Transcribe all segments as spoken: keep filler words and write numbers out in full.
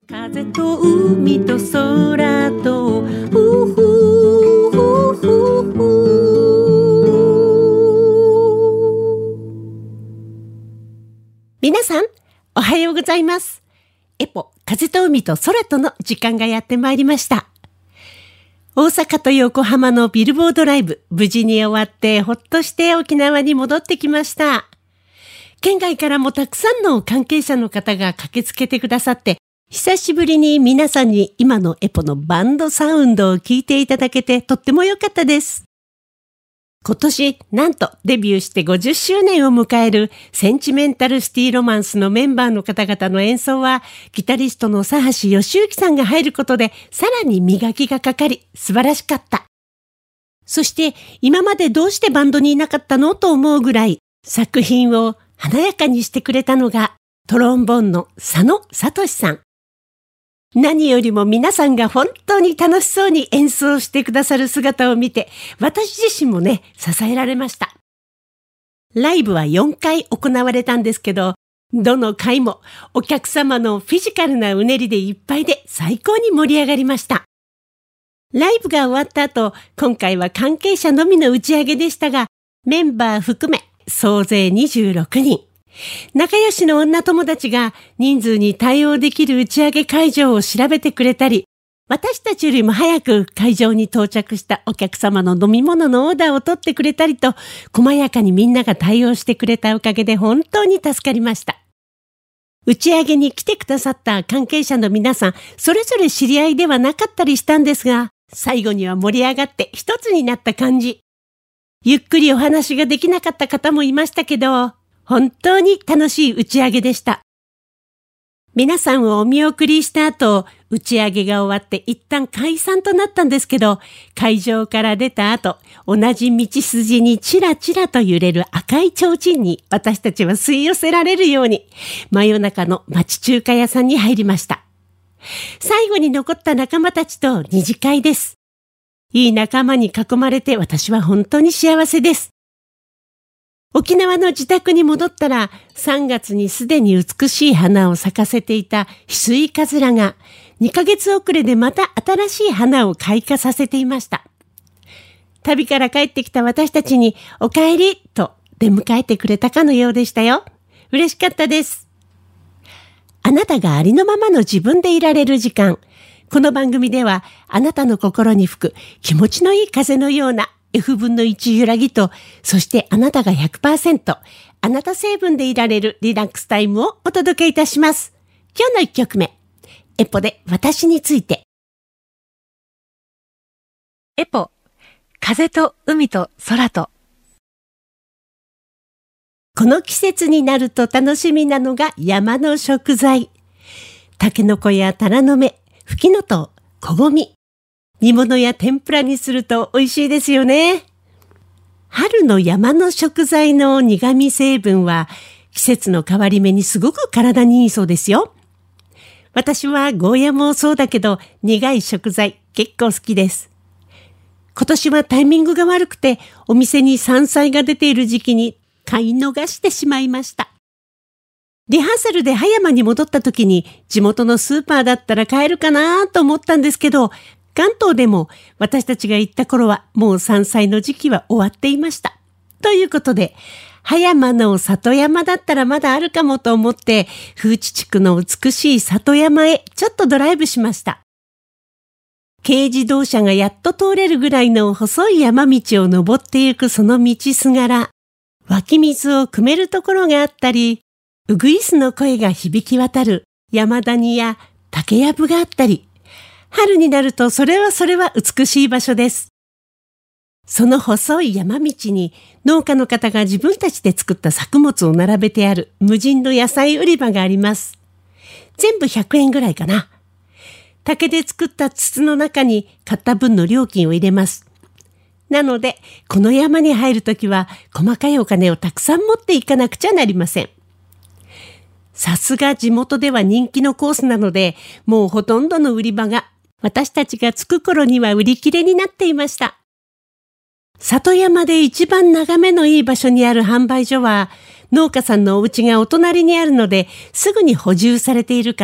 風と海と空とふふふふふ。皆さんおはようございます。エポ風と海と空との時間がやってまいりました。大阪と横浜のビルボードライブ、無事に終わってほっとして沖縄に戻ってきました。県外からもたくさんの関係者の方が駆けつけてくださって、久しぶりに皆さんに今のエポのバンドサウンドを聞いていただけてとっても良かったです。今年なんとデビューしてごじゅっしゅうねんを迎えるセンチメンタルシティロマンスのメンバーの方々の演奏はギタリストの佐橋義之さんが入ることでさらに磨きがかかり素晴らしかった。そして今までどうしてバンドにいなかったのと思うぐらい作品を華やかにしてくれたのがトロンボーンの佐野聡さん。何よりも皆さんが本当に楽しそうに演奏してくださる姿を見て、私自身もね、支えられました。ライブはよんかい行われたんですけど、どの回もお客様のフィジカルなうねりでいっぱいで最高に盛り上がりました。ライブが終わった後、今回は関係者のみの打ち上げでしたが、メンバー含め総勢にじゅうろくにん。仲良しの女友達が人数に対応できる打ち上げ会場を調べてくれたり、私たちよりも早く会場に到着したお客様の飲み物のオーダーを取ってくれたりと、細やかにみんなが対応してくれたおかげで本当に助かりました。打ち上げに来てくださった関係者の皆さん、それぞれ知り合いではなかったりしたんですが、最後には盛り上がって一つになった感じ。ゆっくりお話ができなかった方もいましたけど、本当に楽しい打ち上げでした。皆さんをお見送りした後、打ち上げが終わって一旦解散となったんですけど、会場から出た後、同じ道筋にチラチラと揺れる赤い提灯に私たちは吸い寄せられるように、真夜中の町中華屋さんに入りました。最後に残った仲間たちと二次会です。いい仲間に囲まれて私は本当に幸せです。沖縄の自宅に戻ったらさんがつにすでに美しい花を咲かせていた翡翠かずらがにかげつ遅れでまた新しい花を開花させていました。旅から帰ってきた私たちにお帰りと出迎えてくれたかのようでしたよ。嬉しかったです。あなたがありのままの自分でいられる時間。この番組ではあなたの心に吹く気持ちのいい風のようなエフぶんのいち揺らぎと、そしてあなたが ひゃくパーセント、あなた成分でいられるリラックスタイムをお届けいたします。今日のいっきょくめ、エポで私について。 エポ、風と海と空と。 この季節になると楽しみなのが山の食材。タケノコやタラの芽、フキノトウ、コゴミ。煮物や天ぷらにすると美味しいですよね。春の山の食材の苦味成分は季節の変わり目にすごく体にいいそうですよ。私はゴーヤもそうだけど苦い食材結構好きです。今年はタイミングが悪くてお店に山菜が出ている時期に買い逃してしまいました。リハーサルで葉山に戻った時に地元のスーパーだったら買えるかなと思ったんですけど、関東でも私たちが行った頃はもう山菜の時期は終わっていました。ということで、葉山の里山だったらまだあるかもと思って、風知地区の美しい里山へちょっとドライブしました。軽自動車がやっと通れるぐらいの細い山道を登ってゆくその道すがら、湧き水を汲めるところがあったり、ウグイスの声が響き渡る山谷や竹やぶがあったり、春になるとそれはそれは美しい場所です。その細い山道に農家の方が自分たちで作った作物を並べてある無人の野菜売り場があります。全部ひゃくえんぐらいかな。竹で作った筒の中に買った分の料金を入れます。なので、この山に入るときは細かいお金をたくさん持っていかなくちゃなりません。さすが地元では人気のコースなので、もうほとんどの売り場が私たちが着く頃には売り切れになっていました。里山で一番眺めのいい場所にある販売所は、農家さんのお家がお隣にあるので、すぐに補充されているから、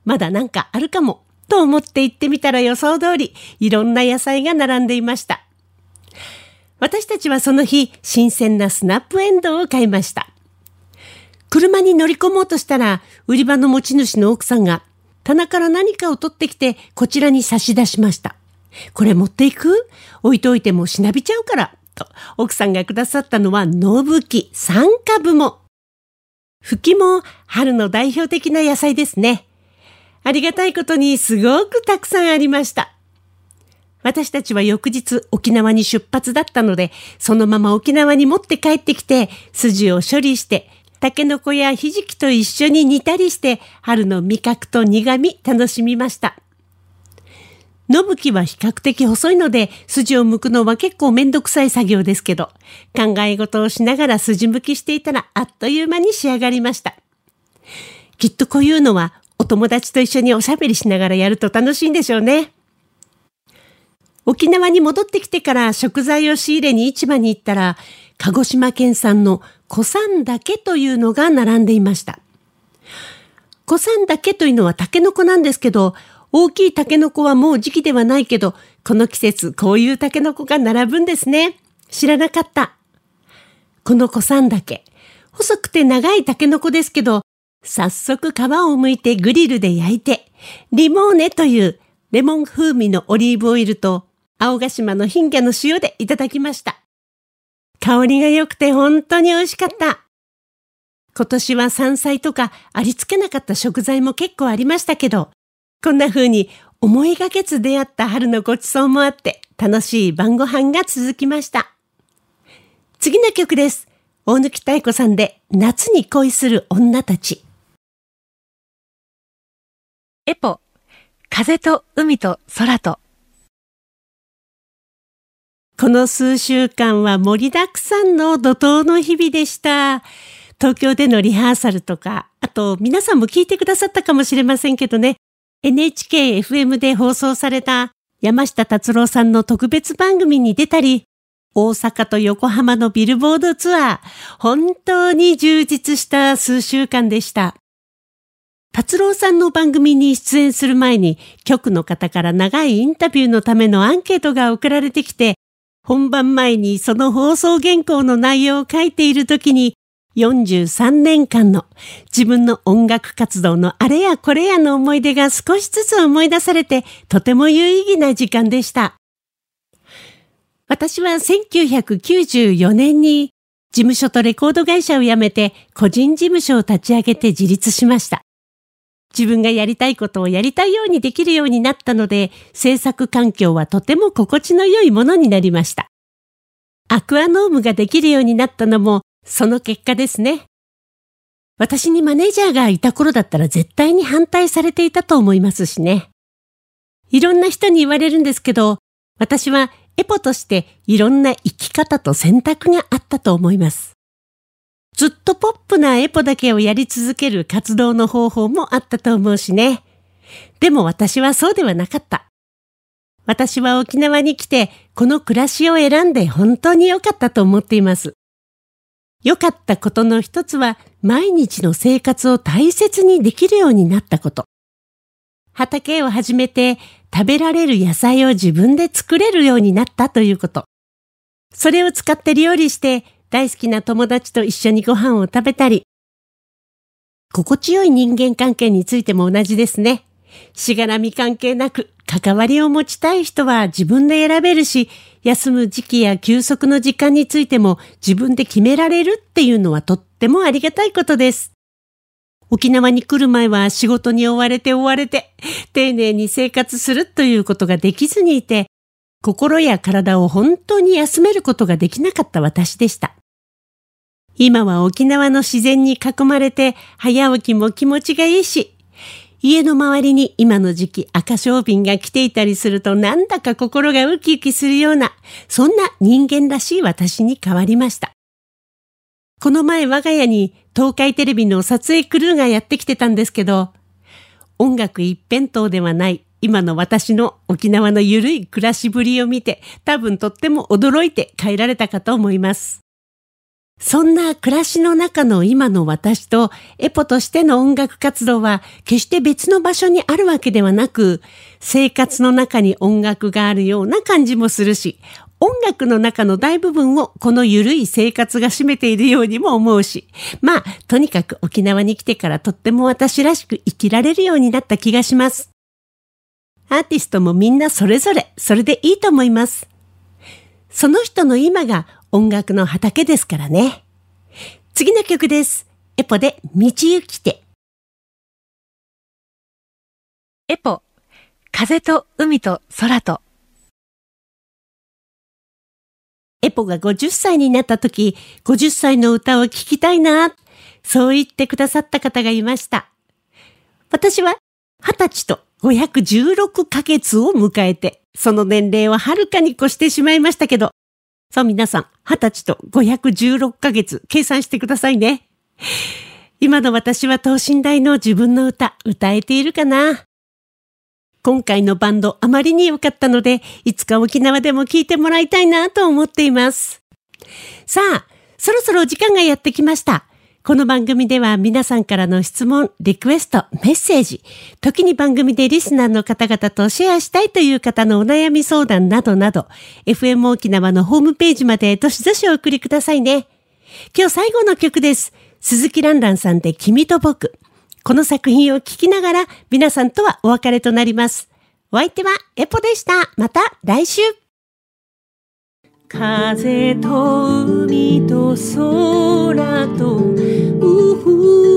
まだなんかあるかもと思って行ってみたら予想通りいろんな野菜が並んでいました。私たちはその日新鮮なスナップエンドウを買いました。車に乗り込もうとしたら売り場の持ち主の奥さんが棚から何かを取ってきてこちらに差し出しました。これ持っていく？置いといてもしなびちゃうからと奥さんがくださったのは野吹きさんかぶも。吹きも春の代表的な野菜ですね。ありがたいことにすごくたくさんありました。私たちは翌日沖縄に出発だったので、そのまま沖縄に持って帰ってきて、筋を処理して、タケノコやひじきと一緒に煮たりして、春の味覚と苦味楽しみました。野吹きは比較的細いので、筋を剥くのは結構めんどくさい作業ですけど、考え事をしながら筋剥きしていたらあっという間に仕上がりました。きっとこういうのはお友達と一緒におしゃべりしながらやると楽しいんでしょうね。沖縄に戻ってきてから食材を仕入れに市場に行ったら、鹿児島県産の小三岳というのが並んでいました。小三岳というのはタケノコなんですけど、大きいタケノコはもう時期ではないけど、この季節こういうタケノコが並ぶんですね。知らなかった。この小三岳、細くて長いタケノコですけど、早速皮を剥いてグリルで焼いて、リモーネというレモン風味のオリーブオイルと青ヶ島のヒンギャの塩でいただきました。香りが良くて本当に美味しかった。今年は山菜とかありつけなかった食材も結構ありましたけど、こんな風に思いがけず出会った春のごちそうもあって楽しい晩ご飯が続きました。次の曲です。大貫妙子さんで夏に恋する女たち。 エポ、風と海と空と。 この数週間は盛りだくさんの怒涛の日々でした。東京でのリハーサルとか、あと皆さんも聞いてくださったかもしれませんけどね、エヌエイチケーエフエム で放送された山下達郎さんの特別番組に出たり、大阪と横浜のビルボードツアー、本当に充実した数週間でした。達郎さんの番組に出演する前に、局の方から長いインタビューのためのアンケートが送られてきて、本番前にその放送原稿の内容を書いているときに、よんじゅうさんねんかんの自分の音楽活動のあれやこれやの思い出が少しずつ思い出されて、とても有意義な時間でした。私はせんきゅうひゃくきゅうじゅうよねんに事務所とレコード会社を辞めて個人事務所を立ち上げて自立しました。自分がやりたいことをやりたいようにできるようになったので、制作環境はとても心地の良いものになりました。アクアノームができるようになったのもその結果ですね。私にマネージャーがいた頃だったら絶対に反対されていたと思いますしね。いろんな人に言われるんですけど、私はエポとしていろんな生き方と選択があったと思います。ずっとポップなエポだけをやり続ける活動の方法もあったと思うしね。でも私はそうではなかった。私は沖縄に来てこの暮らしを選んで本当に良かったと思っています。良かったことの一つは毎日の生活を大切にできるようになったこと。畑を始めて食べられる野菜を自分で作れるようになったということ。それを使って料理して大好きな友達と一緒にご飯を食べたり、心地よい人間関係についても同じですね。しがらみ関係なく関わりを持ちたい人は自分で選べるし、休む時期や休息の時間についても自分で決められるっていうのはとってもありがたいことです。沖縄に来る前は仕事に追われて追われて、丁寧に生活するということができずにいて、心や体を本当に休めることができなかった私でした。今は沖縄の自然に囲まれて早起きも気持ちがいいし、家の周りに今の時期赤小瓶が来ていたりするとなんだか心がウキウキするような、そんな人間らしい私に変わりました。この前我が家に東海テレビの撮影クルーがやってきてたんですけど、音楽一辺倒ではない今の私の沖縄のゆるい暮らしぶりを見て、多分とっても驚いて帰られたかと思います。 そんな暮らしの中の今の私とエポとしての音楽活動は決して別の場所にあるわけではなく、生活の中に音楽があるような感じもするし、音楽の中の大部分をこのゆるい生活が占めているようにも思うし、まあ、とにかく沖縄に来てからとっても私らしく生きられるようになった気がします。アーティストもみんなそれぞれ、それでいいと思います。その人の今が音楽の畑ですからね。次の曲です。エポで道行きて。 エポ、風と海と空と。 エポがごじゅっさいになった時、ごじゅっさいの歌を聴きたいな、そう言ってくださった方がいました。私ははたちとごひゃくじゅうろっかげつを迎えて、その年齢をはるかに越してしまいましたけど、そう皆さん、はたちとごひゃくじゅうろっかげつ計算してくださいね。今の私は等身大の自分の歌、歌えているかな？今回のバンドあまりに良かったので、いつか沖縄でも聴いてもらいたいなと思っています。さあ、そろそろ時間がやってきました。この番組では皆さんからの質問、リクエスト、メッセージ、時に番組でリスナーの方々とシェアしたいという方のお悩み相談などなど、エフエム 沖縄のホームページまでどしどしお送りくださいね。今日最後の曲です。鈴木蘭蘭さんで君と僕。この作品を聴きながら皆さんとはお別れとなります。お相手はエポでした。また来週。風と海と空とうふ